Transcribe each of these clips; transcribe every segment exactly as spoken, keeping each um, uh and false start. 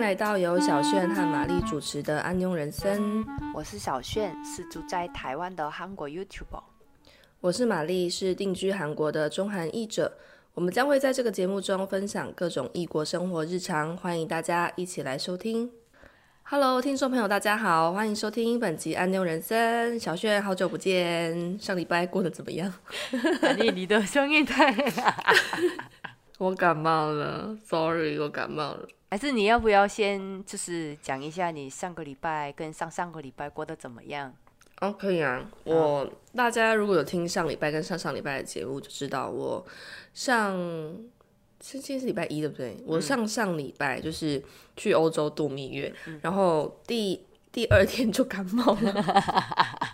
来到由小炫和玛丽主持的安庸人生。 我是小炫，是住在台湾的韩国 YouTuber。 我是玛丽，是定居韩国的中韩译者。我们将会在这个节目中分享各种异国生活日常，欢迎大家一起来收听。Hello， 听众朋友大家好，欢迎收听本集安庸人生。小炫好久不见，上礼拜过得怎么样？ 玛丽，你的声音太…… 我感冒了 ，sorry， 我感冒了。 还是你要不要先就是讲一下你上个礼拜跟上上个礼拜过得怎么样？ 哦，可以啊。我、嗯、大家如果有听上礼拜跟上上礼拜的节目，就知道我上今天是礼拜一对不对？我上上礼拜就是去欧洲度蜜月，嗯、然后第第二天就感冒了。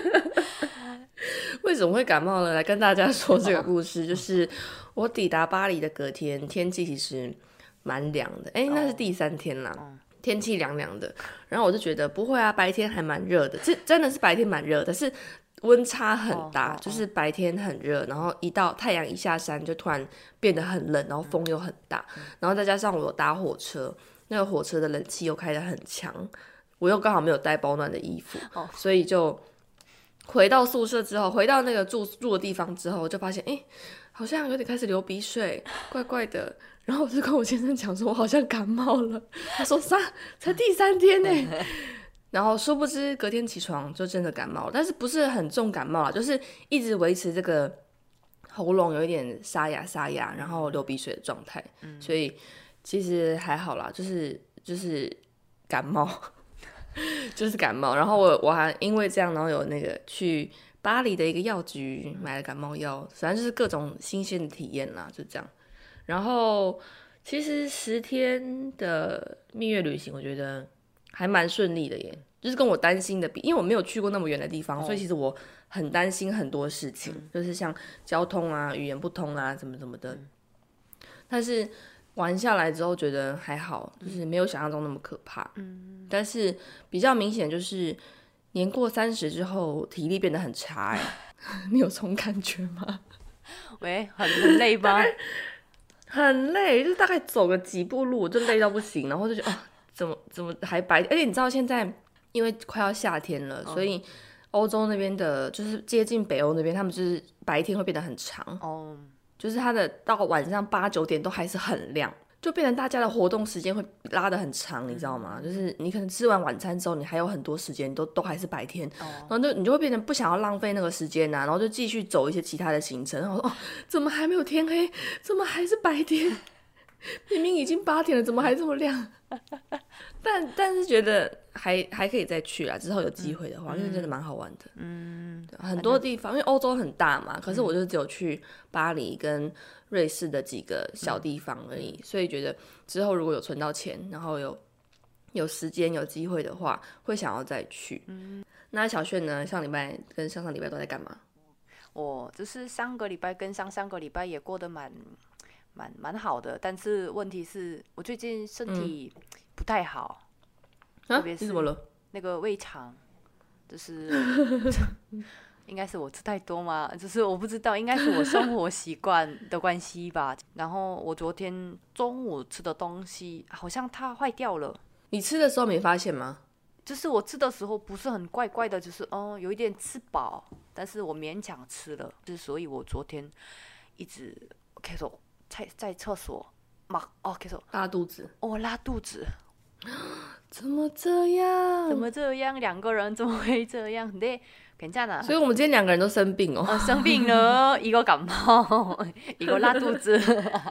为什么会感冒呢？来跟大家说这个故事，就是我抵达巴黎的隔天，天气其实蛮凉的，哎、欸，那是第三天啦。哦，天气凉凉的，然后我就觉得不会啊，白天还蛮热的，这真的是白天蛮热，但是温差很大， oh, oh, oh. 就是白天很热，然后一到太阳一下山就突然变得很冷，然后风又很大，嗯、然后再加上我有搭火车，那个火车的冷气又开得很强，我又刚好没有带保暖的衣服， oh. 所以就回到宿舍之后，回到那个住住的地方之后，就发现哎、欸，好像有点开始流鼻水，怪怪的。然后我就跟我先生讲说，我好像感冒了。他说啥？才第三天呢。然后殊不知隔天起床就真的感冒了，但是不是很重感冒啦，就是一直维持这个喉咙有一点沙哑沙哑，然后流鼻水的状态。嗯、所以其实还好啦，就是就是感冒，就是感冒。然后我我还因为这样，然后有那个去巴黎的一个药局买了感冒药，反正就是各种新鲜的体验啦，就这样。然后其实十天的蜜月旅行我觉得还蛮顺利的耶，就是跟我担心的比，因为我没有去过那么远的地方，哦、所以其实我很担心很多事情，嗯、就是像交通啊、语言不通啊怎么怎么的，嗯、但是玩下来之后觉得还好，就是没有想象中那么可怕，嗯、但是比较明显就是年过三十之后体力变得很差耶。你有这种感觉吗？ 喂，很很累吗？ 很累，就是大概走个几步路我就累到不行，然后就觉得啊，怎么怎么还白？而且你知道现在因为快要夏天了，哦、所以欧洲那边的，就是接近北欧那边，他们就是白天会变得很长，哦，就是它的到晚上八九点都还是很亮，就变成大家的活动时间会拉得很长，你知道吗？嗯、就是你可能吃完晚餐之后，你还有很多时间都都还是白天，哦、然后就你就会变成不想要浪费那个时间啊，然后就继续走一些其他的行程。然后说哦，怎么还没有天黑？怎么还是白天？明明已经八点了，怎么还这么亮？但但是觉得还还可以再去啦，之后有机会的话，嗯、因为真的蛮好玩的。嗯，很多地方，因为欧洲很大嘛，可是我就只有去巴黎跟瑞士的几个小地方而已，嗯、所以觉得之后如果有存到钱，然后有有时间有机会的话，会想要再去。嗯、那小炫呢？上礼拜跟上上礼拜都在干嘛？ 我就是上个礼拜跟上上个礼拜也过得蛮蛮蛮好的，但是问题是我最近身体不太好， 嗯、 特别是那个胃肠，就是应该是我吃太多嘛，就是我不知道，应该是我生活习惯的关系吧。然后我昨天中午吃的东西好像它坏掉了。 你吃的时候没发现吗？ 就是我吃的时候不是很怪怪的，就是嗯有一点吃饱，但是我勉强吃了，就是所以我昨天一直开始在在厕所嘛，哦开始拉肚子， 哦拉肚子。 怎么这样？ 怎么这样？两个人怎么会这样？对，괜찮아。 所以我们今天两个人都生病哦。 哦，生病了，一个感冒，一个拉肚子。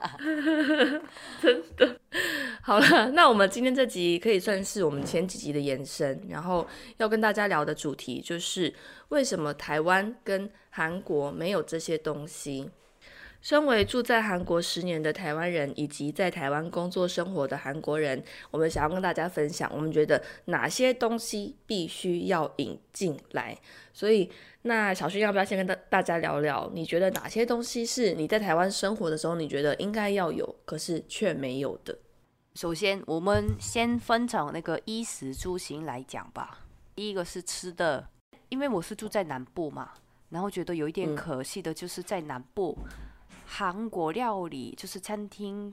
真的。好了，那我们今天这集可以算是我们前几集的延伸，然后要跟大家聊的主题就是为什么台湾跟韩国没有这些东西。身为住在韩国十年的台湾人，以及在台湾工作生活的韩国人，我们想要跟大家分享，我们觉得哪些东西必须要引进来。所以，那小薰要不要先跟大家聊聊，你觉得哪些东西是你在台湾生活的时候，你觉得应该要有，可是却没有的？ 首先，我们先分成那个衣食住行来讲吧。第一个是吃的，因为我是住在南部嘛，然后觉得有一点可惜的就是在南部。嗯韩国料理就是餐厅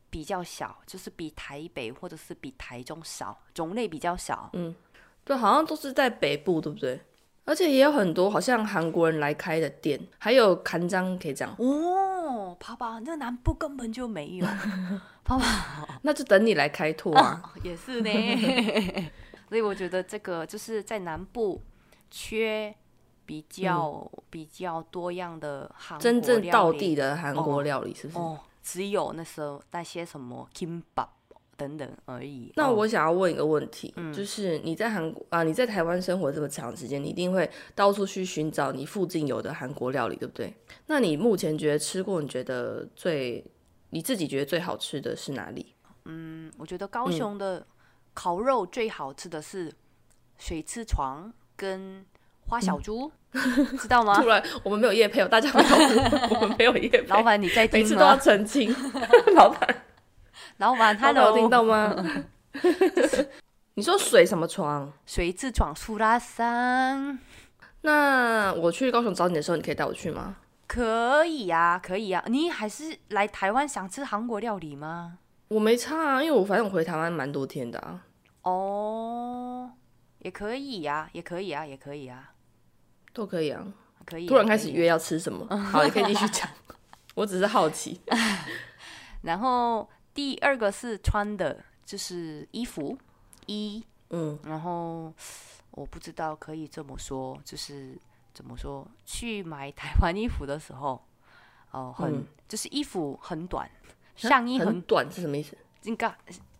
比较小，就是比台北或者是比台中少，种类比较少。 嗯，对，好像都是在北部，对不对？而且也有很多好像韩国人来开的店，还有간장可以这样哦，爸爸，那南部根本就没有，爸爸， 那就等你来开拓啊。 哦、也是呢，所以我觉得这个就是在南部缺比较、嗯、比较多样的韩国料理， 真正道地的韩国料理，是不是？ 哦，只有那时候那些什么 kimbap。等等而已。 那我想要问一个问题， 嗯、 就是你在韩国啊，你在台湾生活这么长时间，你一定会到处去寻找你附近有的韩国料理，对不对？那你目前觉得吃过，你觉得最你自己觉得最好吃的是哪里？ 嗯，我觉得高雄的烤肉最好吃的是水吃床跟花小猪，嗯、知道吗？ 突然我们没有业配，大家不要，我们没有业配。 老板你在听吗？ 每次都要澄清，老板。 老板，他有听到吗？你说水什么床？ 水之床苏拉桑。 那我去高雄找你的时候，你可以带我去吗？ 可以呀、啊，可以呀、啊。你还是来台湾想吃韩国料理吗？ 我没差啊，因为我反正我回台湾蛮多天的啊。 哦，也可以呀、啊，也可以啊，也可以啊， 都可以啊。 可以、啊。 突然开始约要吃什么？好，你可以继续讲。我只是好奇。 然后。第二个是穿的，就是衣服衣， 嗯， 然后我不知道可以这么说，就是怎么说，去买台湾衣服的时候，哦、呃，很、嗯、就是衣服很短，上衣 很, 很短是什么意思？ 应该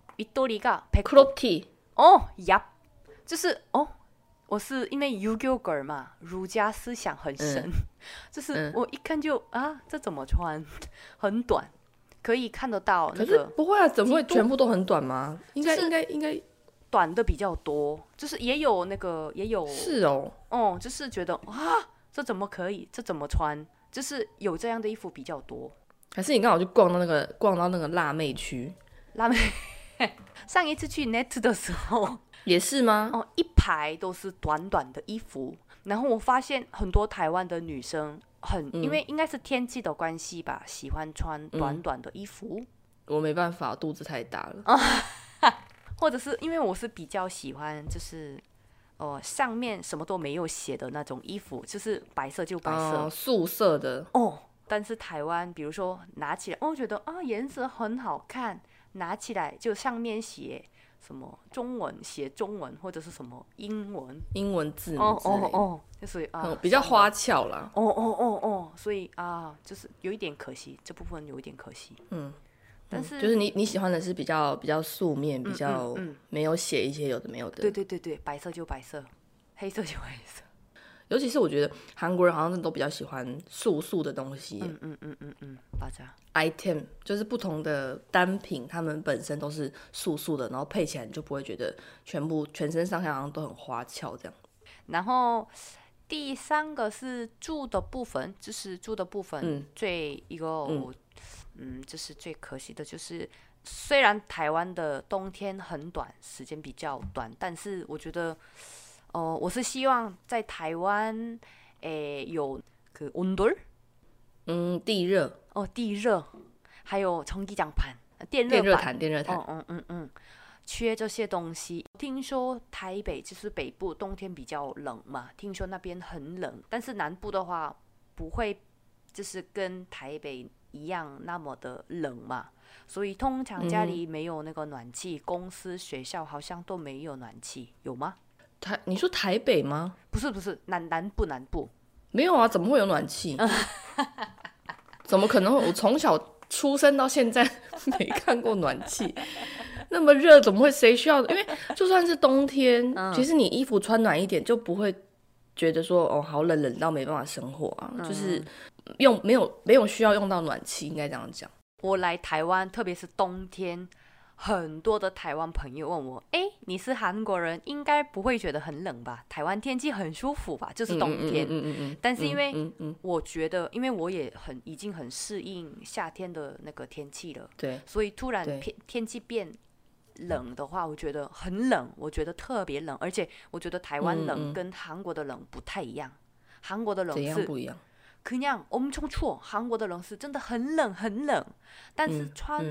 윗도리가 crop tee。 哦呀，就是哦，我是因为유교걸嘛，儒家思想很深，嗯、就是我一看就啊，这怎么穿？很短。可以看得到、那个， 可是不会啊，怎么会全部都很短吗？应该、就是、应该应该短的比较多，就是也有那个也有是哦， 哦、嗯，就是觉得啊，这怎么可以？这怎么穿？就是有这样的衣服比较多。 还是你刚好去逛到那个逛到那个辣妹区？ 辣妹，上一次去 Net 的时候也是吗？ 哦，一排都是短短的衣服，然后我发现很多台湾的女生。很，因为应该是天气的关系吧，喜欢穿短短的衣服。 嗯、我没办法，肚子太大了。 或者是因为我是比较喜欢，就是呃上面什么都没有写的那种衣服，就是白色就白色， 呃、素色的哦。但是台湾，比如说拿起来，哦，我觉得啊颜色很好看，拿起来就上面写什么中文，写中文或者是什么英文， 英文字母哦哦哦。所以啊、 嗯，比较花俏啦。 哦哦哦哦，所以啊，就是有一点可惜，这部分有一点可惜。 嗯， 但是、 嗯、就是你你喜欢的是比较比较素面，比较没有写一些有的没有的。 对对对对，白色就白色，黑色就黑色。 尤其是我觉得韩国人好像都比较喜欢素素的东西。 嗯嗯嗯嗯嗯，大家 item 就是不同的单品，他们本身都是素素的，然后配起来你就不会觉得全部全身上下好像都很花俏这样。 然后。第三个是住的部分，就是住的部分最、嗯、一个嗯, 嗯，就是最可惜的就是，虽然台湾的冬天很短，时间比较短，但是我觉得，呃，我是希望在台湾，诶有그 온돌， 嗯，地热哦，地热，还有전기장판，电热电热毯，电热毯， 嗯嗯嗯嗯。缺这些东西。听说台北就是北部冬天比较冷嘛，听说那边很冷，但是南部的话不会就是跟台北一样那么的冷嘛，所以通常家里没有那个暖气、嗯、公司学校好像都没有暖气，有吗？ 台你说台北吗？ 不是不是，南南部南部没有啊，怎么会有暖气？怎么可能会？我从小出生到现在没看过暖气。那么热怎么会？谁需要？因为就算是冬天、嗯、其实你衣服穿暖一点就不会觉得说哦好冷，冷到没办法生活啊、嗯、就是用没有没有需要用到暖气，应该这样讲。 我来台湾特别是冬天，很多的台湾朋友问我，哎，你是韩国人应该不会觉得很冷吧？台湾天气很舒服吧，就是冬天。 嗯嗯嗯嗯、 但是因为我觉得因为我也很已经很适应夏天的那个天气了， 对， 所以突然天气变冷的话，我觉得很冷，我觉得特别冷，而且我觉得台湾冷跟韩国的冷不太一样。韩国的冷是怎样不一样？ 그냥 엄청 추워. 한국의冷是真的很冷很冷，但是穿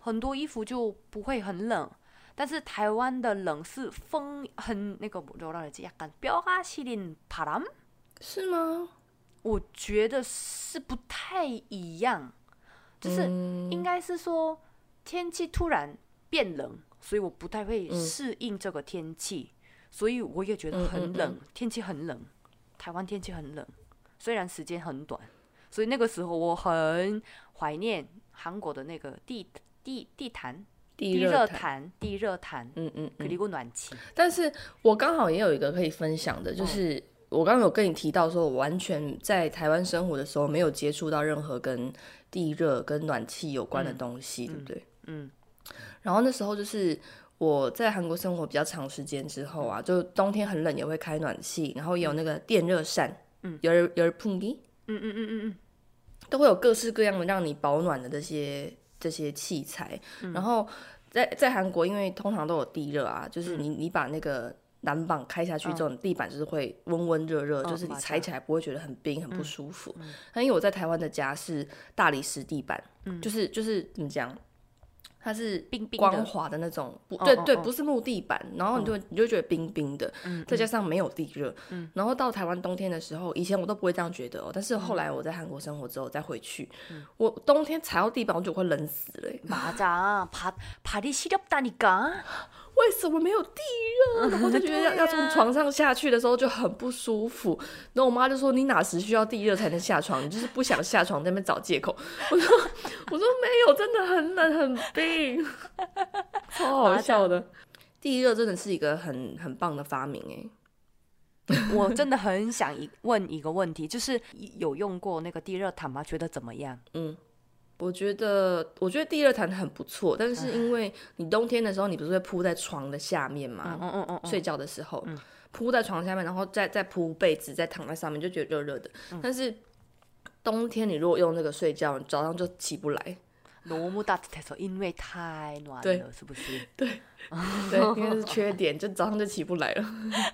很多衣服就不会很冷。但是台湾的冷是风很那个뭐라 그러지 약간 뼈가 시린 바람 是吗？ 我觉得是不太一样，就是应该是说天气突然变冷，所以我不太会适应这个天气，所以我也觉得很冷，嗯嗯嗯天气很冷，台湾天气很冷，虽然时间很短，所以那个时候我很怀念韩国的那个地地地毯。地热毯，地热毯，嗯嗯，그리고暖气。 但是我刚好也有一个可以分享的，就是、嗯、我刚刚有跟你提到说，我完全在台湾生活的时候没有接触到任何跟地热跟暖气有关的东西，嗯、对不对？嗯。然后那时候就是我在韩国生活比较长时间之后啊，就冬天很冷也会开暖气，然后也有那个电热扇，嗯，有人有人碰击，嗯嗯嗯嗯嗯，都会有各式各样的让你保暖的这些。这些器材，嗯、然后在在韩国，因为通常都有地热啊，就是你你把那个篮板开下去之后，嗯、地板就是会温温热热，嗯、就是你踩起来不会觉得很冰、嗯、很不舒服。嗯、但因为我在台湾的家是大理石地板，嗯、就是就是怎么讲？它是光滑的那种，冰冰的不对、哦、对，不是木地板，然后你就、哦、你就觉得冰冰的，嗯、再加上没有地热，嗯、然后到台湾冬天的时候，以前我都不会这样觉得哦，但是后来我在韩国生活之后再回去，嗯、我冬天踩到地板我就快冷死了。 맞아，발발이시렵다니까。 为什么没有地热？然后就觉得要要从床上下去的时候就很不舒服。然后我妈就说：“你哪时需要地热才能下床？你就是不想下床，在那边找借口。”我说：“我说没有，真的很冷很冰，超好笑的。”地热真的是一个很很棒的发明哎。 我真的很想问一个问题，就是有用过那个地热毯吗？觉得怎么样？嗯。 我觉得，我觉得地热毯很不错，但是因为你冬天的时候，你不是会铺在床的下面吗？嗯嗯嗯嗯睡觉的时候，嗯、铺在床下面，然后再再铺被子，再躺在上面，就觉得热热的。嗯、但是冬天你如果用那个睡觉，你早上就起不来。 너무 따뜻해서因为太暖了，是不是？ 对对，因为是缺点，就早上就起不来了。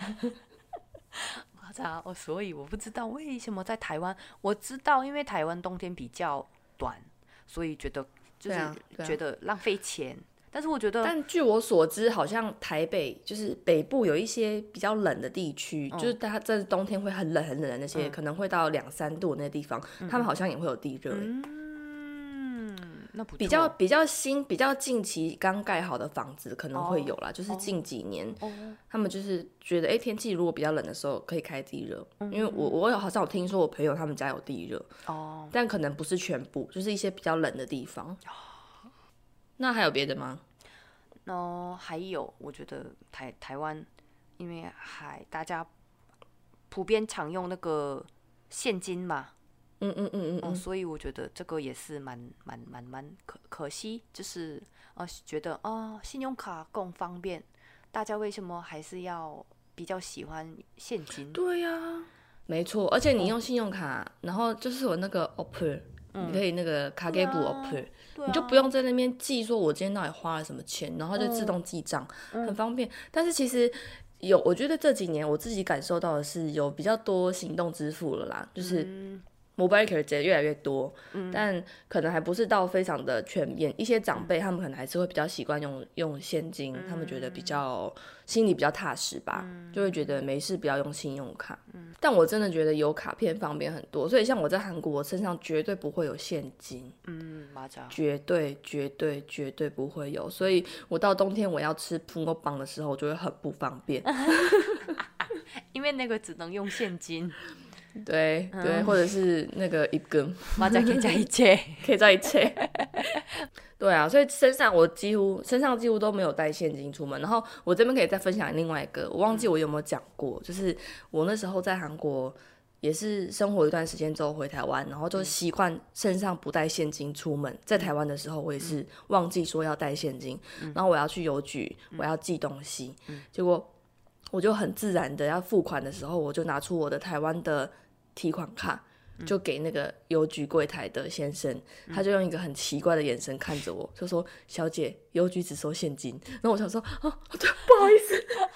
맞아，哦，所以我不知道为什么在台湾，我知道，因为台湾冬天比较短。所以觉得就是觉得浪费钱，啊啊、但是我觉得， 但据我所知，好像台北就是北部有一些比较冷的地区，嗯、就是它这冬天会很冷很冷的那些，嗯、可能会到两三度那些地方，嗯、他们好像也会有地热。 嗯，那不错。 比较比较新、比较近期刚盖好的房子可能会有啦，哦、就是近几年，哦、他们就是觉得，哎、欸，天气如果比较冷的时候可以开地热，嗯、因为我我有好像有听说我朋友他们家有地热，哦，但可能不是全部，就是一些比较冷的地方。哦、那还有别的吗？ 哦，还有，我觉得台台湾，因为还大家普遍常用那个现金嘛。嗯嗯嗯嗯、哦，所以我觉得这个也是蛮蛮蛮蛮可可惜，就是呃觉得啊、哦，信用卡更方便，大家为什么还是要比较喜欢现金？ 对呀、啊，没错，而且你用信用卡，哦、然后就是有那个 Oppo，嗯、你可以那个卡给补 Oppo，、啊、你就不用在那边记说我今天到底花了什么钱，然后就自动记账，嗯、很方便。但是其实有，我觉得这几年我自己感受到的是有比较多行动支付了啦，就是。嗯Mobile Credit 越来越多，嗯、但可能还不是到非常的全面。一些长辈他们可能还是会比较习惯用用现金，嗯、他们觉得比较心里比较踏实吧，嗯、就会觉得没事不要用信用卡。嗯、但我真的觉得有卡片方便很多，所以像我在韩国，我身上绝对不会有现金，嗯，绝对绝对绝对不会有。所以我到冬天我要吃붕어빵的时候，我就会很不方便， 因为那个只能用现金。 对对，嗯、或者是那个一根， 맞아，可以加一切， 可以加一切。对啊，所以身上我几乎身上几乎都没有带现金出门。然后我这边可以再分享另外一个，我忘记我有没有讲过，就是我那时候在韩国也是生活一段时间之后回台湾，然后就习惯身上不带现金出门。在台湾的时候，我也是忘记说要带现金，嗯、然后我要去邮局，我要寄东西，嗯、结果我就很自然的要付款的时候，我就拿出我的台湾的提款卡，就给那个邮局柜台的先生，嗯、他就用一个很奇怪的眼神看着我，就说：“小姐，邮局只收现金。”然后我想说：“啊，对，不好意思。”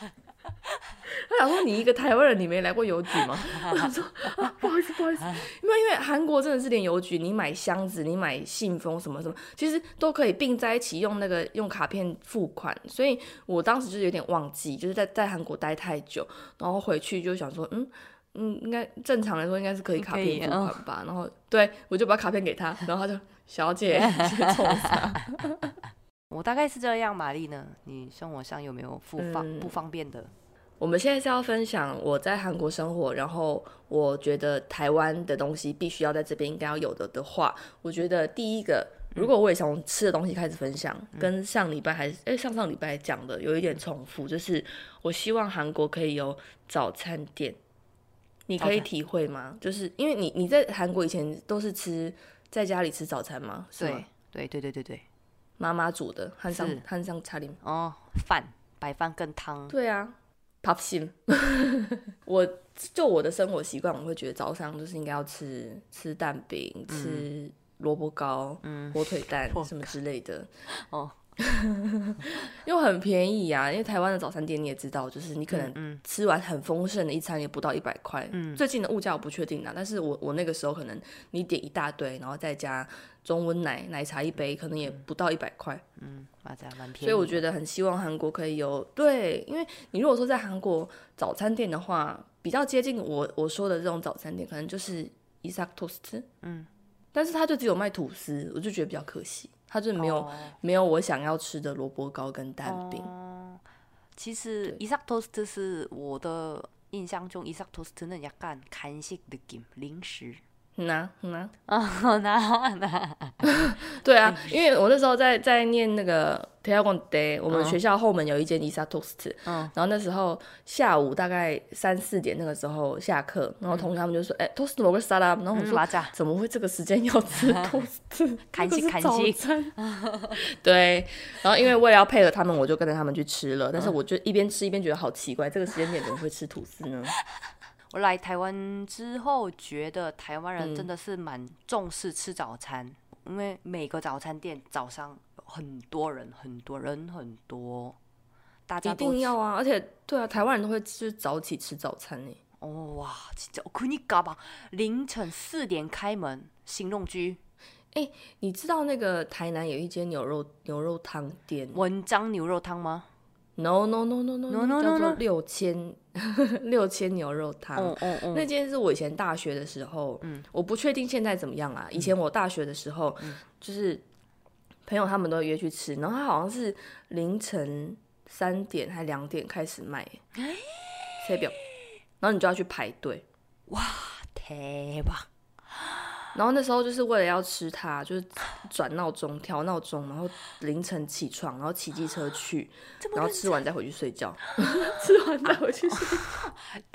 他想说你一个台湾人，你没来过邮局吗？我想说啊，不好意思，不好意思，因为因为韩国真的是连邮局，你买箱子、你买信封什么什么，其实都可以并在一起用那个用卡片付款，所以我当时就是有点忘记，就是在在韩国待太久，然后回去就想说，嗯。嗯，应该正常来说应该是可以卡片付款吧，然后对我就把卡片给他，然后他就小姐冲啥？ 我大概是这样，玛丽呢？你生活上有没有不方、 嗯、 不方便的？ 我们现在是要分享我在韩国生活，然后我觉得台湾的东西必须要在这边应该要有的的话，我觉得第一个，如果我也从吃的东西开始分享，嗯、跟上礼拜还是哎上上礼拜讲的有一点重复，就是我希望韩国可以有早餐店。你可以体会吗？ Okay. 就是因为你你在韩国以前都是吃在家里吃早餐吗？是吗？ 对对对对对， 妈妈煮的汉上汉上茶林哦，饭白饭跟汤。 对啊，밥 심。我就我的生活习惯，我会觉得早上就是应该要吃吃蛋饼、嗯、吃萝卜糕、嗯、火腿蛋什么之类的。哦。因为很便宜啊，因为台湾的早餐店你也知道，就是你可能吃完很丰盛的一餐也不到一百块。嗯，最近的物价我不确定啦，但是我我那个时候可能你点一大堆，然后再加中温奶奶茶一杯，可能也不到一百块。 嗯，蛮便宜。 所以我觉得很希望韩国可以有对，因为你如果说在韩国早餐店的话，比较接近我我说的这种早餐店，可能就是伊萨克托斯特。嗯，但是它就只有卖吐司，我就觉得比较可惜。它就没有、哦、没有我想要吃的萝卜糕跟蛋饼。 哦、其实伊萨克托斯特是我的印象中，伊萨克托斯特는 약간 간식 느낌，零食。 那那哦那那对啊，因为我那时候在在念那个대학원我们学校后门有一间伊萨托斯特，然后那时候下午大概三四点那个时候下课，然后同学他们就说：“哎、嗯，토스트 먹을 사람？”然后我说、嗯：“怎么会这个时间要吃토스트？ 간식 간식。” 对，然后因为为了要配合他们，我就跟着他们去吃了。但是我就一边吃一边觉得好奇怪，这个时间点怎么会吃吐司呢？ 我来台湾之后，觉得台湾人真的是蛮重视吃早餐，嗯、因为每个早餐店早上很多人，很多人很多，大家都一定要啊！而且对啊，台湾人都会就是早起吃早餐呢。 哦哇，진짜 그니까 막凌晨四点开门，行动居。 哎，你知道那个台南有一间牛肉牛肉汤店， 文章牛肉汤吗？ No no no no no no， 叫做六千六千牛肉汤。嗯嗯嗯，那间是我以前大学的时候，嗯，我不确定现在怎么样啊。以前我大学的时候，嗯、就是朋友他们都约去吃，然后他好像是凌晨三点还两点开始卖，새벽，然后你就要去排队。 哇，대박！ 然后那时候就是为了要吃它，就是转闹钟、调闹钟，然后凌晨起床，然后骑机车去，然后吃完再回去睡觉，吃完再回去睡觉。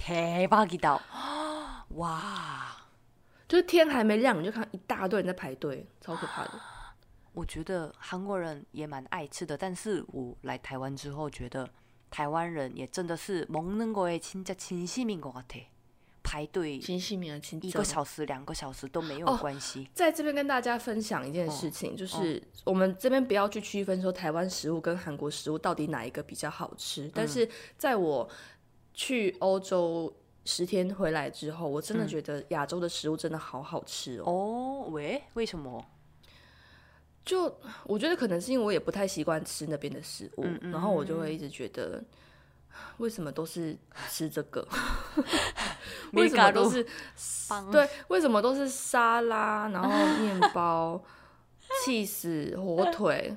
대박이다！哇， 就是天还没亮，你就看一大堆人在排队，超可怕的。 我觉得韩国人也蛮爱吃的，但是我来台湾之后，觉得台湾人也真的是먹는 거에 진짜 진심인 것 같아。排队一个小时两个小时都没有关系、哦、 在这边跟大家分享一件事情、哦、就是我们这边不要去区分说台湾食物跟韩国食物到底哪一个比较好吃、嗯、但是在我去欧洲十天回来之后，我真的觉得亚洲的食物真的好好吃哦。 哦，喂，为什么？ 就我觉得可能是因为我也不太习惯吃那边的食物、嗯嗯、然后我就会一直觉得为什么都是吃这个为什么都是对为什么都是沙拉然后面包起司火腿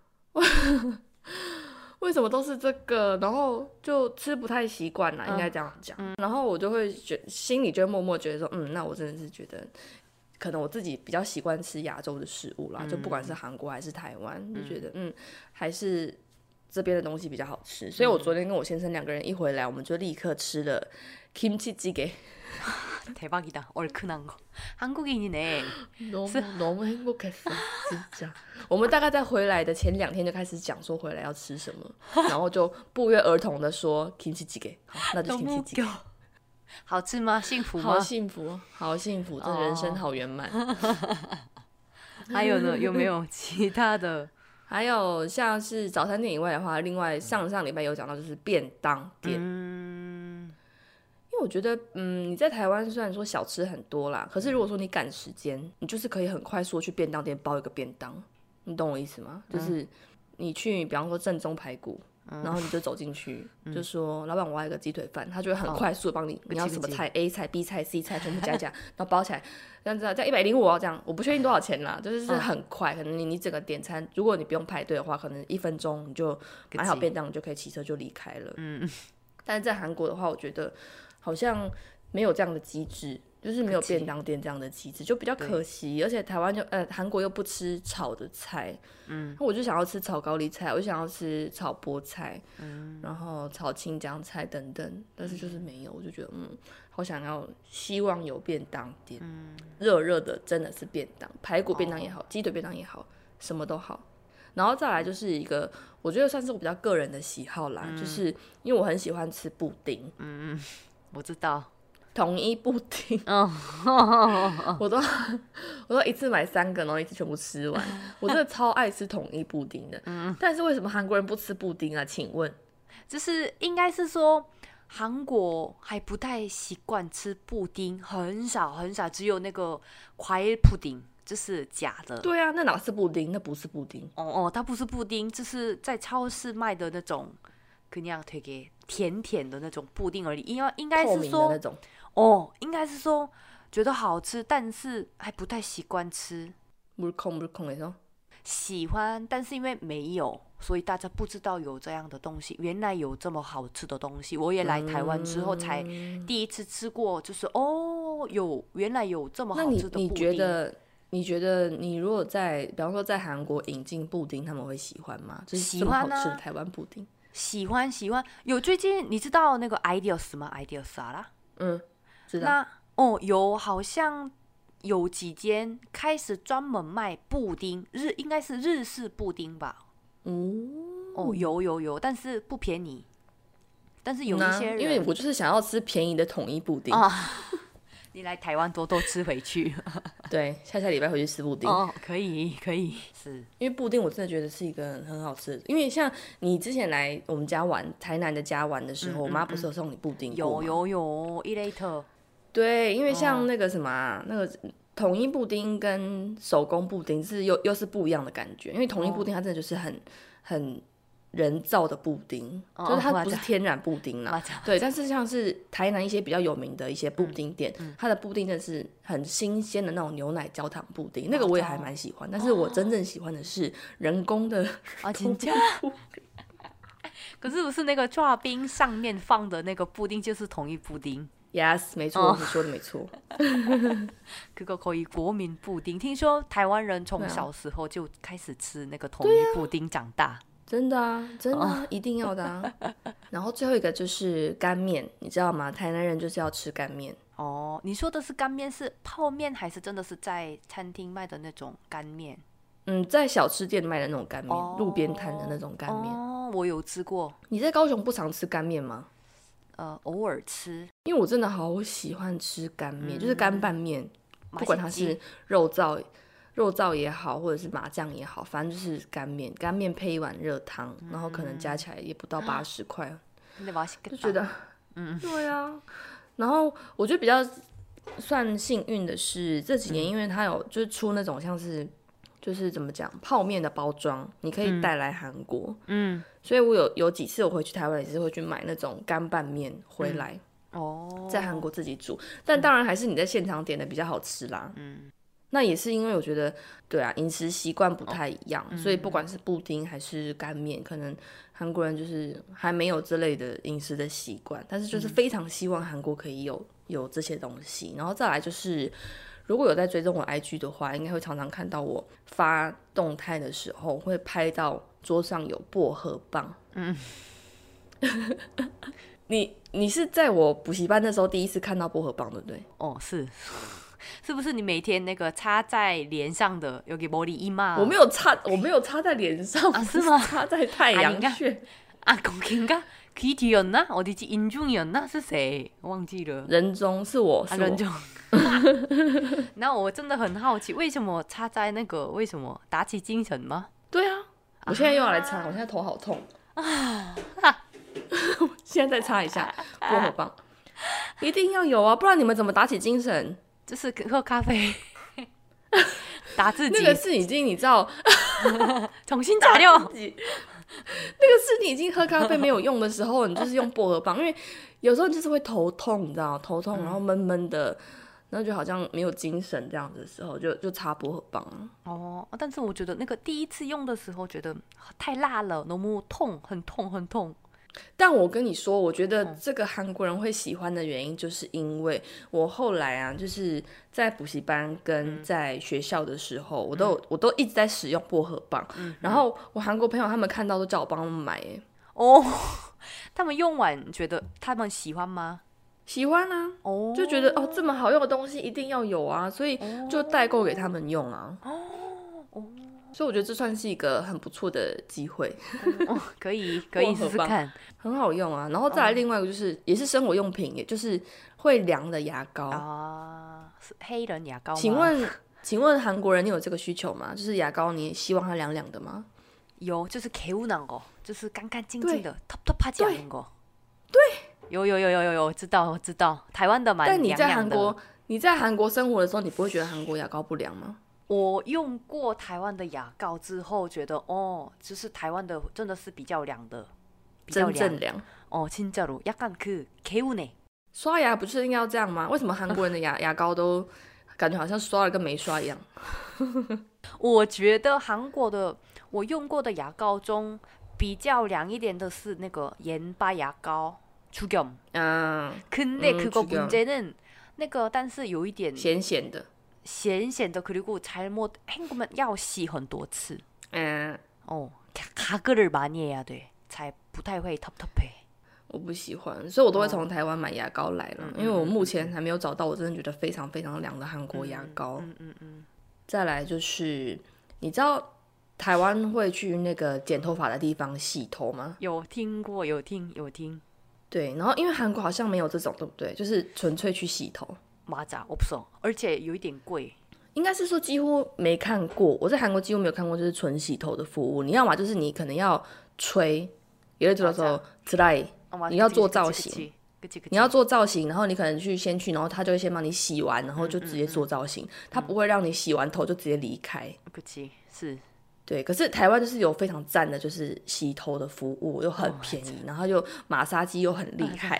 为什么都是这个，然后就吃不太习惯啦、嗯、应该这样讲、嗯、然后我就会觉心里就会默默觉得说嗯那我真的是觉得可能我自己比较习惯吃亚洲的食物啦、嗯、就不管是韩国还是台湾、嗯、就觉得嗯还是这边的东西比较好吃，所以我昨天跟我先生两个人一回来，我们就立刻吃了 김치찌개。 대박이다. 얼큰한 거. 한국인이네. 너무 너무 행복했어, 진짜. 我们大概在回来的前两天就开始讲说回来要吃什么，然后就不约而同的说 김치찌개。 好，那就是 김치찌개。 好吃吗？幸福吗？ 好幸福，好幸福，这人生好圆满。 还有呢？有没有其他的？ 还有像是早餐店以外的话，另外上上礼拜有讲到就是便当店， 我觉得，嗯，你在台湾虽然说小吃很多啦，可是如果说你赶时间，你就是可以很快速去便当店包一个便当，你懂我意思吗？就是你去，比方说正宗排骨。然后你就走进去，嗯、就说老板我要一个鸡腿饭，他就会很快速的帮你，哦、你要什么菜 A 菜 B 菜 C 菜全部加一加，然后包起来，这样子这样一百零五哦，这样我不确定多少钱啦，就是很快，可能你你整个点餐，如果你不用排队的话，可能一分钟你就买好便当，你就可以骑车就离开了。嗯，但是在韩国的话，我觉得好像没有这样的机制。就是没有便当店这样的机制，就比较可惜。而且台湾就呃韩国又不吃炒的菜，嗯，我就想要吃炒高丽菜，我就想要吃炒菠菜，嗯，然后炒青江菜等等，但是就是没有，我就觉得嗯，好想要，希望有便当店，嗯，热热的真的是便当，排骨便当也好，鸡、哦、腿便当也好，什么都好。然后再来就是一个，我觉得算是我比较个人的喜好啦，嗯、就是因为我很喜欢吃布丁， 嗯，我知道。 统一布丁， 哦， 我都我都一次买三个，然后一次全部吃完。我真的超爱吃统一布丁的，嗯，但是为什么韩国人不吃布丁啊？请问， 就是应该是说韩国还不太习惯吃布丁，很少很少，只有那个과일布丁，就是假的。 对啊，那哪是布丁？那不是布丁。 哦哦，它不是布丁，就是在超市卖的那种，그냥 되게甜甜的那种布丁而已。应该应该是说透明的那种。 哦，应该是说觉得好吃，但是还不太习惯吃。 물컹물컹 해서 喜欢，但是因为没有，所以大家不知道有这样的东西。原来有这么好吃的东西，我也来台湾之后才第一次吃过，就是、嗯、哦，有原来有这么好吃的布丁。 那你你觉得？你觉得你如果在，比方说在韩国引进布丁，他们会喜欢吗？就是这么好吃的台湾布丁。 喜欢喜欢。有最近你知道那个 Ideas 吗 ？Ideas 啦， 嗯。 那哦，有好像有几间开始专门卖布丁，日应该是日式布丁吧？ 嗯、 哦，有有有，但是不便宜。但是有一些人， 因为我就是想要吃便宜的统一布丁啊。你来台湾多多吃回去。 对，下下礼拜回去吃布丁。 哦，可以可以，是因为布丁我真的觉得是一个很好吃的，因为像你之前来我们家玩台南的家玩的时候，嗯嗯嗯我妈不是有送你布丁过吗？ 有有有，一类特。 对，因为像那个什么、啊哦、那个统一布丁跟手工布丁是又又是不一样的感觉，因为统一布丁它真的就是很、哦、很人造的布丁，哦、就是它不是天然布丁啦。对，但是像是台南一些比较有名的一些布丁店，嗯嗯、它的布丁真的是很新鲜的那种牛奶焦糖布丁，那个我也还蛮喜欢。但是我真正喜欢的是人工的啊，真的。可是不是那个刨冰上面放的那个布丁就是统一布丁？ Yes， 没错、哦，你说的没错。 这个可以国民布丁，听说台湾人从小时候就开始吃那个统一布丁长大。 真的啊，真的、啊哦、一定要的啊。然后最后一个就是干面，你知道吗？台南人就是要吃干面。 哦，你说的是干面是泡面还是真的是在餐厅卖的那种干面？ 嗯，在小吃店卖的那种干面，哦、路边摊的那种干面。 哦，我有吃过。 你在高雄不常吃干面吗？ 呃，偶尔吃。 因为我真的好喜欢吃干面、嗯，就是干拌面，不管它是肉燥。肉燥也好，或者是麻酱也好，反正就是干面，干面配一碗热汤、嗯，然后可能加起来也不到八十块，就觉得，嗯，对啊。然后我觉得比较算幸运的是，这几年因为它有就是出那种像是就是怎么讲泡面的包装，你可以带来韩国，嗯，所以我有有几次我回去台湾也是会去买那种干拌面回来，嗯、哦，在韩国自己煮，但当然还是你在现场点的比较好吃啦，嗯。那也是因为我觉得，对啊，饮食习惯不太一样、哦，所以不管是布丁还是干面，可能韩国人就是还没有这类的饮食的习惯，但是就是非常希望韩国可以有有这些东西。然后再来就是，如果有在追踪我 I G 的话，应该会常常看到我发动态的时候会拍到桌上有薄荷棒。嗯，你你是在我补习班的时候第一次看到薄荷棒，对不对？ 哦，是。是不是你每天那个擦在脸上的有给머리 이마？ 我没有擦，我没有擦在脸上， 啊、是吗？ 擦在太阳穴。 啊，거긴가？귀뒤였나？어디지？인중이었나？是谁？忘记了。 人中是我，是我。 啊、人中。那我真的很好奇，为什么擦在那个？为什么打起精神吗？ 对啊，我现在又要来擦，啊、我现在头好痛啊！现在再擦一下薄荷棒。 一定要有啊，不然你们怎么打起精神？ 就是喝咖啡打自己， 那个是已经你知道重新加料。 那个是你已经喝咖啡没有用的时候，你就是用薄荷棒，因为有时候就是会头痛，你知道头痛，然后闷闷的，然后就好像没有精神这样子的时候，就就擦薄荷棒啊。 哦，但是我觉得那个第一次用的时候，觉得太辣了，너무痛，很痛，很痛。 但我跟你说，我觉得这个韩国人会喜欢的原因，就是因为我后来啊，就是在补习班跟在学校的时候，嗯、我都有我都一直在使用薄荷棒，嗯、然后我韩国朋友他们看到都叫我帮他们买，哎， 哦，他们用完觉得他们喜欢吗？ 喜欢啊，哦，就觉得哦这么好用的东西一定要有啊，所以就代购给他们用啊。哦哦。所以我觉得这算是一个很不错的机会， 哦、可以可以试试看， 很好用啊。然后再来另外一个就是、哦、也是生活用品，也就是会凉的牙膏啊，是黑人牙膏吗？ 请问请问韩国人你有这个需求吗？就是牙膏你希望它凉凉的吗？ 有，就是개운한 거，就是干干净净的텁텁하지 않은 거。 对， 有有有有有有，知道知道，台湾的蛮凉凉的。 但你在韩国你在韩国生活的时候，你不会觉得韩国牙膏不凉吗？ 我用过台湾的牙膏之后，觉得哦，就是台湾的真的是比较凉的，比较凉真正凉哦，진짜로 약간 그 개운해。 刷牙不是应该要这样吗？为什么韩国人的牙牙膏都感觉好像刷了跟没刷一样？ 我觉得韩国的我用过的牙膏中比较凉一点的是那个盐巴牙膏죽염。嗯，근데 음, 그거 문제는那个但是有一点咸咸的。 咸咸的，그리고 잘못 헹구면要洗很多次。嗯，哦，가글을 많이 해야 돼，才不太会텁텁해。 我不喜欢，所以我都会从台湾买牙膏来了，嗯、因为我目前还没有找到我真的觉得非常非常凉的韩国牙膏。嗯嗯 嗯, 嗯。再来就是，你知道台湾会去那个剪头发的地方洗头吗？ 有听过，有听，有听。 对，然后因为韩国好像没有这种，对不对？就是纯粹去洗头。 맞아，없어，而且有一点贵。 应该是说几乎没看过，我在韩国几乎没有看过就是纯洗头的服务。你要嘛就是你可能要吹，有的时候드라이，你要做造型，你要做造型，然后你可能去先去，然后他就会先帮你洗完，然后就直接做造型，嗯嗯嗯、他不会让你洗完头就直接离开。 그치，是。 对，可是台湾就是有非常赞的，就是洗头的服务又很便宜， oh、然后又马杀鸡又很厉害。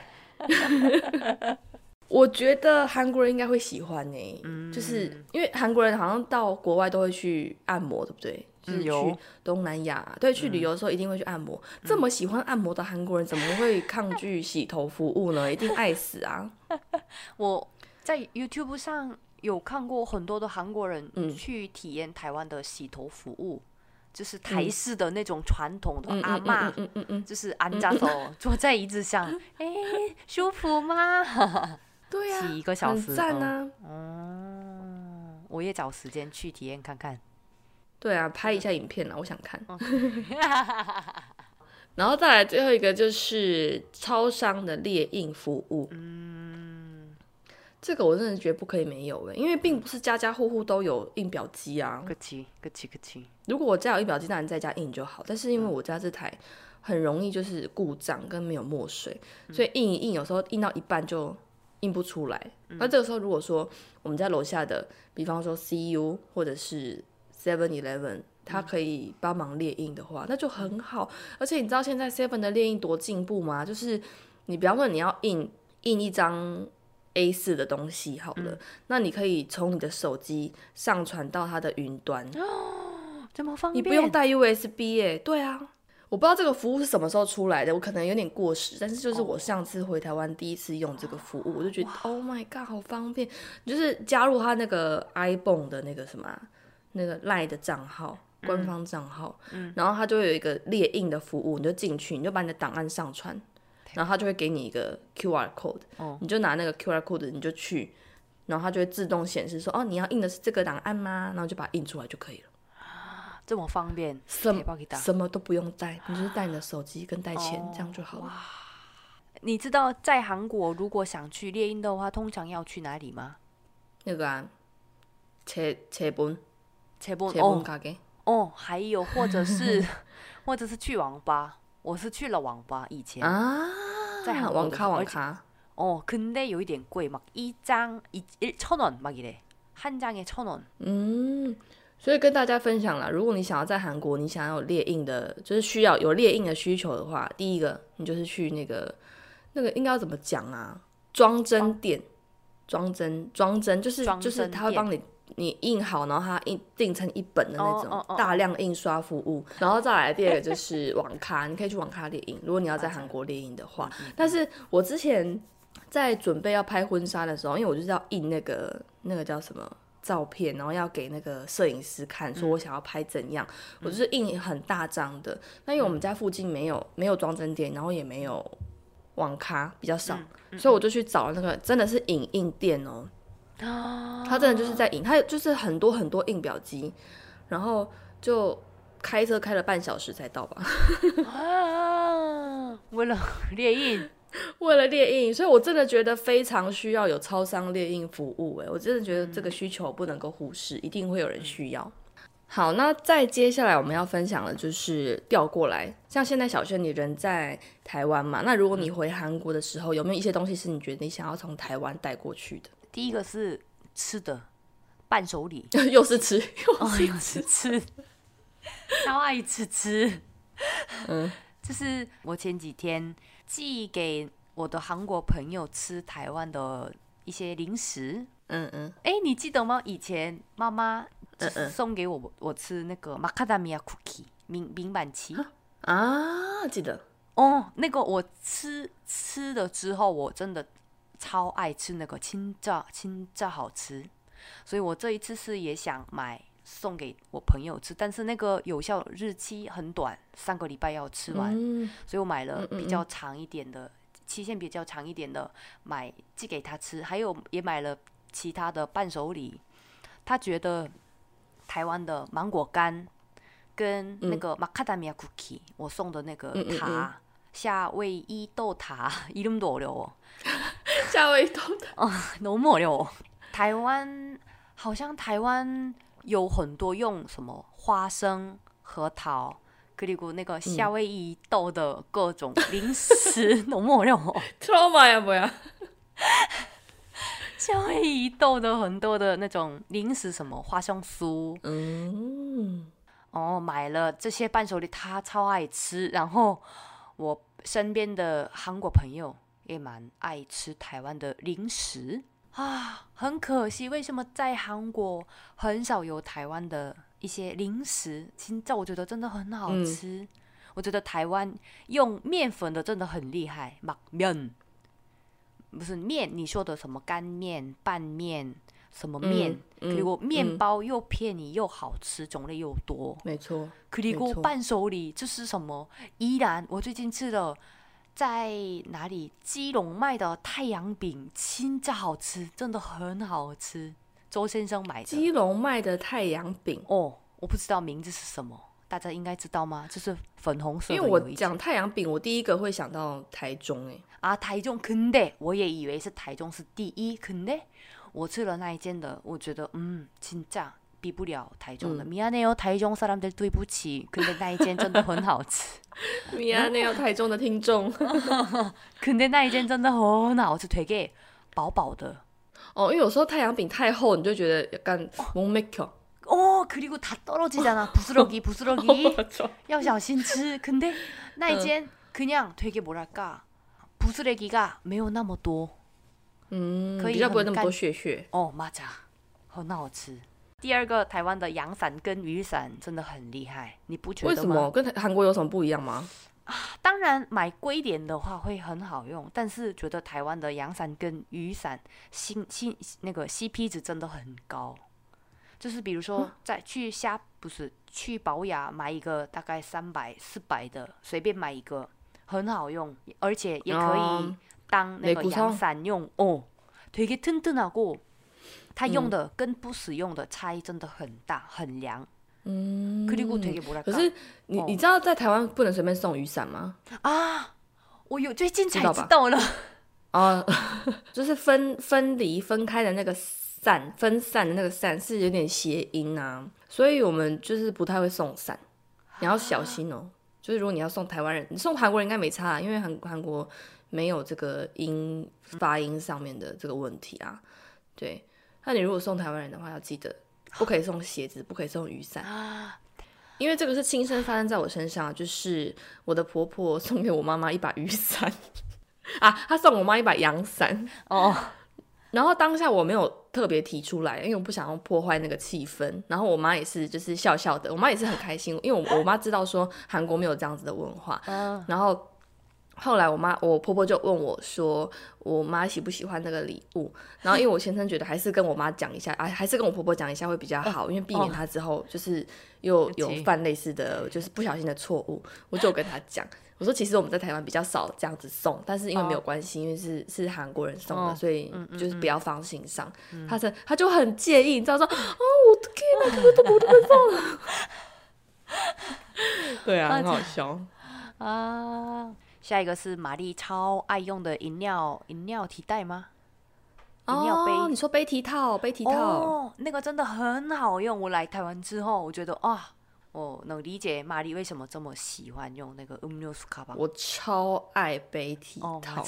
我觉得韩国人应该会喜欢呢、欸嗯，就是因为韩国人好像到国外都会去按摩，对不对？就是去东南亚，嗯、对，去旅游的时候一定会去按摩。嗯、这么喜欢按摩的韩国人，怎么会抗拒洗头服务呢？一定爱死啊！ 我在 YouTube 上有看过很多的韩国人去体验台湾的洗头服务。嗯，就是台式的那种传统的阿嬷，就是앉아서坐在椅子上，哎，舒服吗？ 对啊， 洗一个小时， 很赞啊！ 嗯，我也找时间去体验看看。 对啊，拍一下影片啊，我想看。然后再来最后一个就是超商的列印服务。嗯，这个我真的觉得不可以没有耶，因为并不是家家户户都有印表机啊。 그치，그치，그치。 如果我家有印表机，当然在家印就好。但是因为我家这台很容易就是故障跟没有墨水，嗯、所以印一印有时候印到一半就印不出来。那、嗯、这个时候如果说我们在楼下的，比方说 C U 或者是 seven eleven， 它可以帮忙列印的话，嗯、那就很好。而且你知道现在 seven 的列印多进步吗？就是你比方说你要印印一张 A 四 的东西好了，嗯、那你可以从你的手机上传到它的云端。 哦，这么方便， 你不用带 U S B 耶。对啊，我不知道这个服务是什么时候出来的，我可能有点过时，但是就是我上次回台湾第一次用这个服务，我就觉得 Oh my god 好方便。就是加入他那个 iPhone 的那个什么、啊、那个 Line 的账号，官方账号、嗯、然后他就会有一个列印的服务，你就进去，你就把你的档案上传，然后他就会给你一个 Q R code、哦、你就拿那个 Q R code 你就去，然后他就会自动显示说哦你要印的是这个档案吗？然后就把它印出来就可以了。 这么方便， 什么什么都不用带，你就是带你的手机跟带钱、哦、这样就好了。 你知道在韩国如果想去列印的话通常要去哪里吗？ 那个啊채本 채본 채본 가게 哦，还有或者是或者是去网吧，我是去了网吧以前啊， 在韩国网咖网咖 어 근데 有一点贵 막 이 장 천 원 막 이래. 한 장에 천 원. 嗯，所以跟大家分享啦，如果你想要在韩国，你想要有列印的，就是需要有列印的需求的话，第一个你就是去那个那个应该要怎么讲啊？装帧店，装帧装帧就是就是他会帮你你印好，然后他印订成一本的那种大量印刷服务，然后再来第二个就是网咖，你可以去网咖列印，如果你要在韩国列印的话。但是我之前在准备要拍婚纱的时候，因为我就是要印那个那个叫什么照片，然后要给那个摄影师看，说我想要拍怎样，我就是印很大张的。那因为我们家附近没有没有装帧店，然后也没有网咖，比较少，所以我就去找那个真的是影印店哦。他真的就是在印，他就是很多很多印表机，然后就开车开了半小时才到吧。 啊，为了列印， 为了列印，所以我真的觉得非常需要有超商列印服务。哎，我真的觉得这个需求不能够忽视，一定会有人需要。好，那再接下来我们要分享的就是调过来，像现在小轩你人在台湾嘛，那如果你回韩国的时候，有没有一些东西是你觉得你想要从台湾带过去的？ 第一个是吃的伴手礼。 又是吃，又是吃， 哦、又是吃，超爱吃吃。嗯，就是我前几天寄给我的韩国朋友吃台湾的一些零食。嗯嗯，哎，你记得吗？以前妈妈送给我我吃那个马卡达米亚 cookie 明明板期啊，记得哦。那个我吃吃了之后，我真的超爱吃那个，진짜 진짜好吃。所以我这一次是也想买送给我朋友吃，但是那个有效日期很短，三个礼拜要吃完，嗯、所以我买了比较长一点的，期限比较长一点的，买寄给他吃，还有也买了其他的伴手礼。他觉得台湾的芒果干跟那个马卡达米亚 cookie， 我送的那个塔、嗯嗯嗯、夏威夷豆塔，이름도 어려워。 夏威夷豆塔， 哦，너무 어려워。台湾好像台湾有很多用什么花生、核桃，그리고那个夏威夷豆的各种零食，너무 어려워。 트라우마야 뭐야？ 夏威夷豆的很多的那种零食，什么花生酥，嗯，哦，买了这些伴手礼，他超爱吃。然后我身边的韩国朋友也蛮爱吃台湾的零食。啊，很可惜，为什么在韩国很少有台湾的一些零食？现在我觉得真的很好吃。嗯、我觉得台湾用面粉的真的很厉害，막面，不是面，你说的什么干面、拌面，什么面？그리고面包又便宜又好吃，种类又多。 没错。 그리고伴手礼就是什么？依然，我最近吃了。在哪里？基隆卖的太阳饼진짜好吃，真的很好吃。周先生买的。 基隆卖的太阳饼哦，我不知道名字是什么，大家应该知道吗？就是粉红色的。 因为我讲太阳饼，我第一个会想到台中哎。 啊，台中，근데我也以为是台中是第一，근데我吃了那一间的，我觉得嗯，진짜比不了台中的。 嗯、 미안해요，台中사람들对不起，근데那一间真的很好吃。 미안해요，台中的听众。 근데那一间真的很好吃，되게薄薄的。 哦，因为有时候太阳饼太厚，你就觉得약간 목 막혀。 哦，그리고 다 떨어지잖아. 부스러기, 부스러기. 要小心吃。근데那一间그냥 되게 뭐랄까 부스러기가 没有那么多。 嗯，比较不会那么多屑屑。 哦，맞아，很好吃。第二个，台湾的阳伞跟雨伞真的很厉害，你不觉得吗？ 为什么？跟韩国有什么不一样吗？ 啊，当然买贵一点的话会很好用，但是觉得台湾的阳伞跟雨伞新新那个 C P 值真的很高。就是比如说在去虾不是去宝雅买一个大概三百四百的，随便买一个很好用，而且也可以当那个阳伞用哦，되게 튼튼하고。它用的跟不使用的差异真的很大，很凉。嗯，可是你、哦、你知道在台湾不能随便送雨伞吗？ 啊，我有最近才知道了。 啊，就是分分离分开的那个散分散的那个散是有点谐音啊，所以我们就是不太会送伞，你要小心哦。就是如果你要送台湾人，你送韩国人应该没差，因为韩韩国没有这个音发音上面的这个问题啊。对，那你如果送台湾人的话，要记得不可以送鞋子，不可以送雨伞，因为这个是亲身发生在我身上，就是我的婆婆送给我妈妈一把雨伞啊，她送我妈一把阳伞哦。然后当下我没有特别提出来，因为我不想要破坏那个气氛。然后我妈也是，就是笑笑的，我妈也是很开心，因为我我妈知道说韩国没有这样子的文化。然后后来我妈我婆婆就问我说，我妈喜不喜欢那个礼物？然后因为我先生觉得还是跟我妈讲一下啊，还是跟我婆婆讲一下会比较好，因为避免她之后就是又有犯类似的，就是不小心的错误。我就跟她讲。我说其实我们在台湾比较少这样子送，但是因为没有关系，因为是是韩国人送的，所以就是不要放心上。他是他就很介意，你知道说，哦，我的天哪，这个都不能放了。对啊，很好笑啊。下一个是玛丽超爱用的饮料饮料提袋吗？饮料杯？ 哦，你说杯提套，杯提套， 哦，那个真的很好用。我来台湾之后，我觉得啊。我能理解玛丽为什么这么喜欢用那个음료수 가방。 我超爱杯提套，哦、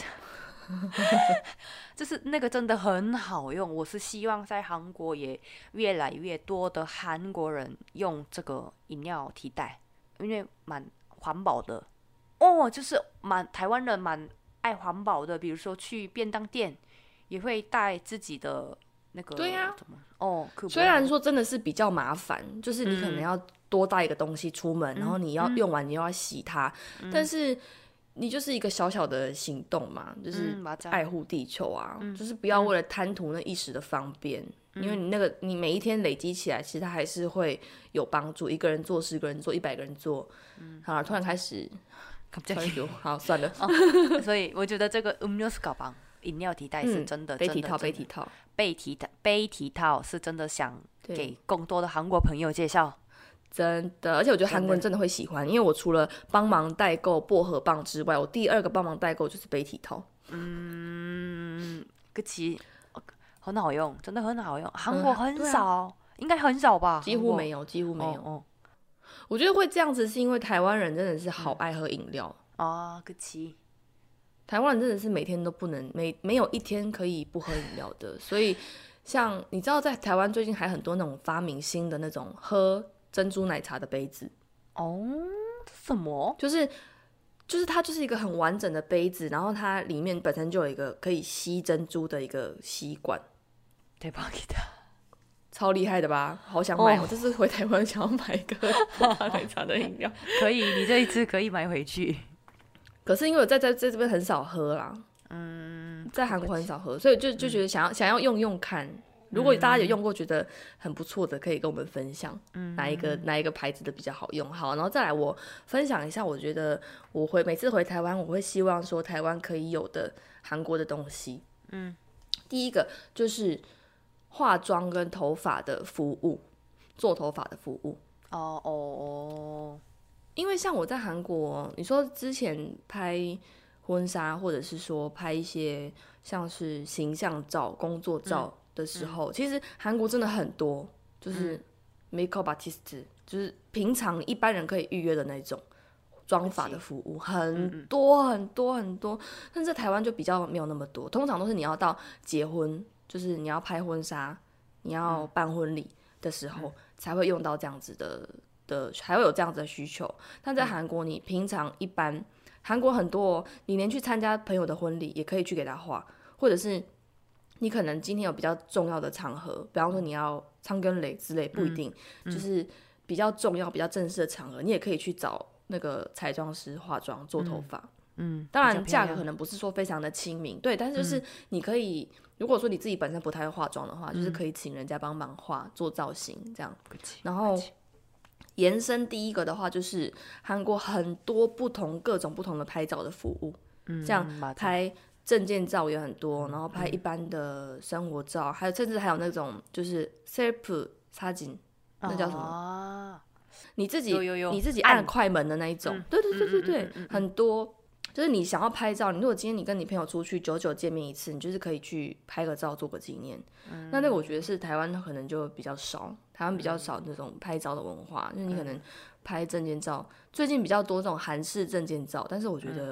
就是那个真的很好用。我是希望在韩国也越来越多的韩国人用这个饮料提袋，因为蛮环保的。哦，就是蛮台湾人蛮爱环保的，比如说去便当店也会带自己的那个。 对呀、 啊。哦， 虽然说真的是比较麻烦，就是你可能要多带一个东西出门，嗯、然后你要用完你又要洗它，嗯、但是你就是一个小小的行动嘛，就是爱护地球啊，嗯、就是不要为了贪图那一时的方便，嗯、因为你那个你每一天累积起来，其实它还是会有帮助。一个人做，十个人做，一百个人做，嗯、好，突然开始，好算了。 哦、所以我觉得这个음료수 가방。饮料提袋是真的， 嗯、杯提套，杯提套， 杯提套，杯提套是真的想给更多的韩国朋友介绍， 真的，而且我觉得韩国人真的会喜欢，因为我除了帮忙代购薄荷棒之外，我第二个帮忙代购就是杯提套。 嗯，그치，很好用，真的很好用，韩国很少，嗯啊、应该很少吧？ 几乎没有，几乎没有。哦哦、我觉得会这样子是因为台湾人真的是好爱喝饮料啊，그치。 台湾人真的是每天都不能没没有一天可以不喝饮料的，所以像你知道在台湾最近还很多那种发明新的那种喝珍珠奶茶的杯子哦，什么？ 就是就是它就是一个很完整的杯子，然后它里面本身就有一个可以吸珍珠的一个吸管， 대박이다， 超厉害的吧？好想买，哦、我这次回台湾想要买一个珍珠奶茶的饮料， 可以，你这一次可以买回去。 可是因为我在在在这边很少喝啦，嗯，在韩国很少喝，所以就就觉得想要、嗯、想要用用看。如果大家有用过觉得很不错的，可以跟我们分享，嗯，哪一个哪一个牌子的比较好用。好，然后再来我分享一下，我觉得我回每次回台湾，我会希望说台湾可以有的韩国的东西。嗯，第一个就是化妆跟头发的服务，做头发的服务。 哦哦哦。 因为像我在韩国，你说之前拍婚纱，或者是说拍一些像是形象照、工作照的时候，嗯、其实韩国真的很多，就是 makeup artist，、嗯、就是平常一般人可以预约的那种妆发的服务，很多很多很多。但是在台湾就比较没有那么多，通常都是你要到结婚，就是你要拍婚纱、你要办婚礼的时候，嗯、才会用到这样子的。的还会有这样子的需求，但在韩国你平常一般，韩国很多、哦、你连去参加朋友的婚礼也可以去给他画，或者是你可能今天有比较重要的场合，比方说你要唱跟雷之类，不一定、嗯、就是比较重要比较正式的场合，你也可以去找那个彩妆师化妆做头发。嗯，当然价格可能不是说非常的亲民，对，但是就是你可以，如果说你自己本身不太会化妆的话，嗯、就是可以请人家帮忙画做造型这样，然后。延伸第一个的话，就是韩国很多不同各种不同的拍照的服务，嗯、像拍证件照也很多，然后拍一般的生活照，嗯、还有甚至还有那种就是 self 사진，那叫什么？啊、你自己有有有你自己按快门的那一种，嗯、对对对对对，嗯嗯嗯嗯、很多。就是你想要拍照，你如果今天你跟你朋友出去久久见面一次，你就是可以去拍个照做个纪念。嗯、那那个我觉得是台湾可能就比较少，台湾比较少那种拍照的文化，嗯、就是你可能拍证件照，最近比较多这种韩式证件照，但是我觉得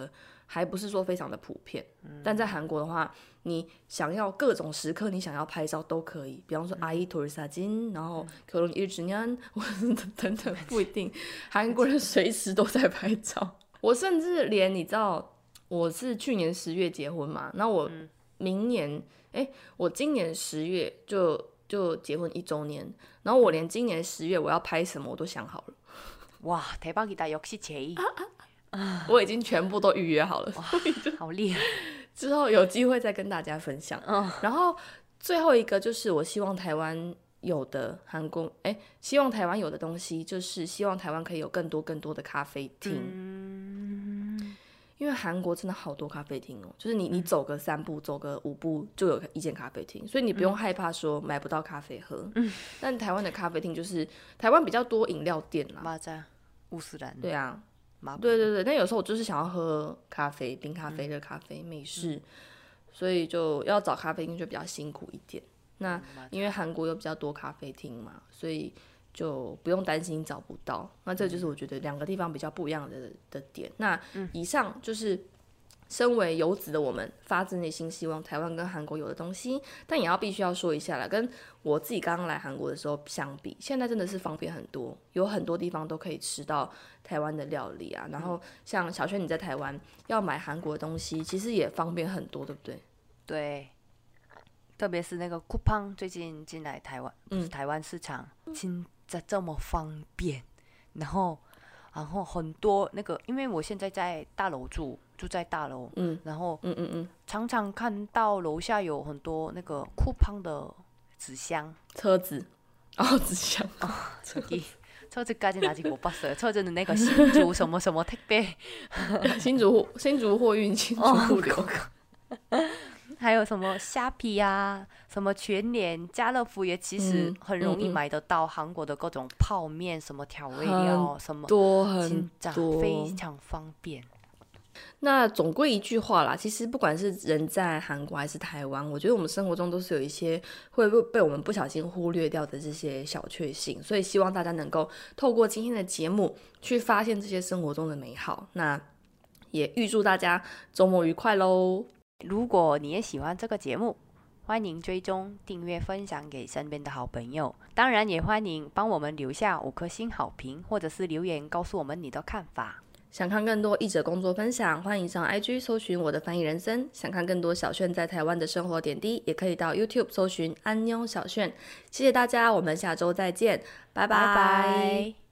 还不是说非常的普遍。嗯、但在韩国的话，你想要各种时刻你想要拍照都可以，比方说아이 돌사진，然后결혼 일 주년或者等等，不一定。韩国人随时都在拍照。我甚至连你知道，我是去年十月结婚嘛，那我明年，哎、嗯，我今年十月就就结婚一周年，然后我连今年十月我要拍什么我都想好了。 哇，대박이다，역시 제이。 我已经全部都预约好了， 好厉害！ 之后有机会再跟大家分享。嗯、然后最后一个就是我希望台湾有的韩国，哎，希望台湾有的东西就是希望台湾可以有更多更多的咖啡厅。嗯、因为韩国真的好多咖啡厅哦，就是你你走个三步走个五步就有一间咖啡厅，所以你不用害怕说买不到咖啡喝。嗯、但台湾的咖啡厅就是台湾比较多饮料店啦， 맞아，乌斯兰。 对啊。对对对，但有时候我就是想要喝咖啡，冰咖啡、热咖啡、美式，嗯、所以就要找咖啡厅就比较辛苦一点。那因为韩国有比较多咖啡厅嘛，所以就不用担心找不到。那这就是我觉得两个地方比较不一样的的点。那以上就是身为游子的我们发自内心希望台湾跟韩国有的东西，但也要必须要说一下啦，跟我自己刚刚来韩国的时候相比，现在真的是方便很多，有很多地方都可以吃到台湾的料理啊。然后像小轩你在台湾要买韩国的东西，其实也方便很多，对不对？ 对，特别是那个酷胖最近进来台湾，嗯，台湾市场真的这么方便，然后然后很多那个，因为我现在在大楼住。住在大楼，嗯，然后嗯嗯嗯，常常看到楼下有很多那个酷胖的纸箱车子，哦，纸箱哦，저기车子까지는 아직 못 봤어요.车子는那个新竹什么什么택배， 新竹新竹货运新竹物流， 哦、还有什么虾皮啊，什么全联、家乐福也其实很容易买得到韩国的各种泡面、什么调味料，什么多很多， 非常方便。 那总归一句话啦，其实不管是人在韩国还是台湾，我觉得我们生活中都是有一些会被我们不小心忽略掉的这些小确幸，所以希望大家能够透过今天的节目去发现这些生活中的美好。那也预祝大家周末愉快咯。 如果你也喜欢这个节目，欢迎追踪、订阅、分享给身边的好朋友。当然也欢迎帮我们留下五颗星好评，或者是留言告诉我们你的看法。 想看更多译者工作分享，欢迎上 I G 搜寻我的翻译人生。想看更多小炫在台湾的生活点滴，也可以到 YouTube 搜寻安妞小炫。谢谢大家，我们下周再见，拜拜。拜拜。